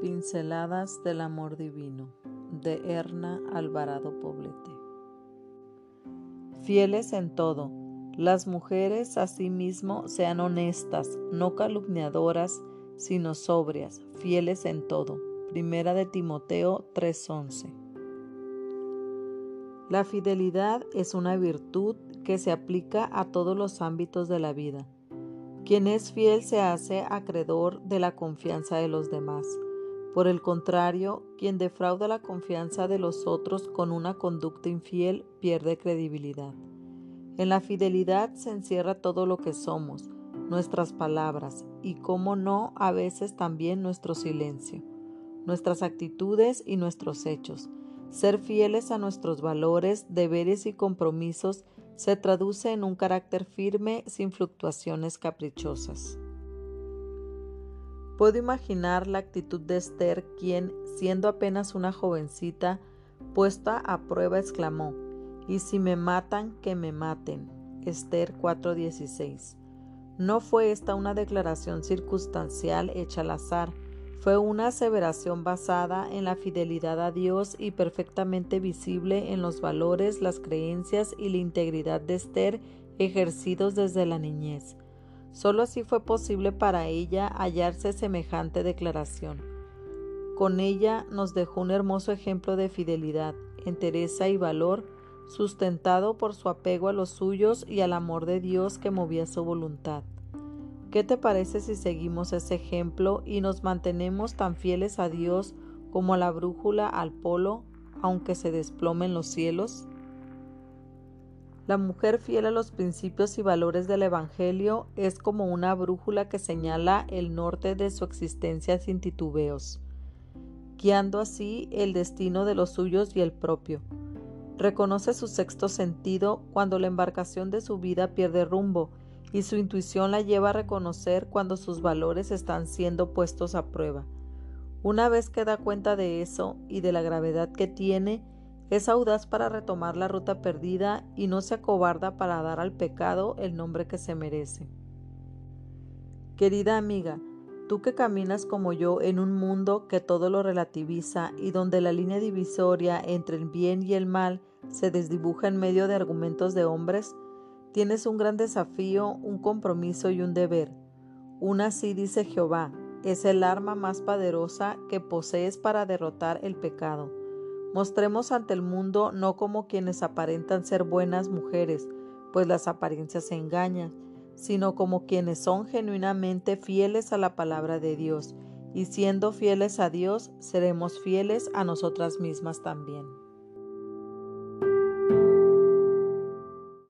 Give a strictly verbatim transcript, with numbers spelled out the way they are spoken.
Pinceladas del amor divino, de Erna Alvarado Poblete. Fieles en todo, las mujeres asimismo sean honestas, no calumniadoras, sino sobrias, fieles en todo. Primera de Timoteo tres once. La fidelidad es una virtud que se aplica a todos los ámbitos de la vida. Quien es fiel se hace acreedor de la confianza de los demás. Por el contrario, quien defrauda la confianza de los otros con una conducta infiel pierde credibilidad. En la fidelidad se encierra todo lo que somos, nuestras palabras y, cómo no, a veces también nuestro silencio, nuestras actitudes y nuestros hechos. Ser fieles a nuestros valores, deberes y compromisos se traduce en un carácter firme sin fluctuaciones caprichosas. Puedo imaginar la actitud de Esther, quien, siendo apenas una jovencita, puesta a prueba, exclamó: «Y si me matan, que me maten». Esther cuatro dieciséis. No fue esta una declaración circunstancial hecha al azar, fue una aseveración basada en la fidelidad a Dios y perfectamente visible en los valores, las creencias y la integridad de Esther ejercidos desde la niñez. Solo así fue posible para ella hallarse semejante declaración. Con ella nos dejó un hermoso ejemplo de fidelidad, entereza y valor, sustentado por su apego a los suyos y al amor de Dios que movía su voluntad. ¿Qué te parece si seguimos ese ejemplo y nos mantenemos tan fieles a Dios como a la brújula al polo, aunque se desplomen los cielos? La mujer fiel a los principios y valores del Evangelio es como una brújula que señala el norte de su existencia sin titubeos, guiando así el destino de los suyos y el propio. Reconoce su sexto sentido cuando la embarcación de su vida pierde rumbo, y su intuición la lleva a reconocer cuando sus valores están siendo puestos a prueba. Una vez que da cuenta de eso y de la gravedad que tiene, es audaz para retomar la ruta perdida y no se acobarda para dar al pecado el nombre que se merece. Querida amiga, tú que caminas como yo en un mundo que todo lo relativiza y donde la línea divisoria entre el bien y el mal se desdibuja en medio de argumentos de hombres, tienes un gran desafío, un compromiso y un deber. Una sí dice Jehová, es el arma más poderosa que posees para derrotar el pecado. Mostremos ante el mundo no como quienes aparentan ser buenas mujeres, pues las apariencias se engañan, sino como quienes son genuinamente fieles a la palabra de Dios, y siendo fieles a Dios, seremos fieles a nosotras mismas también.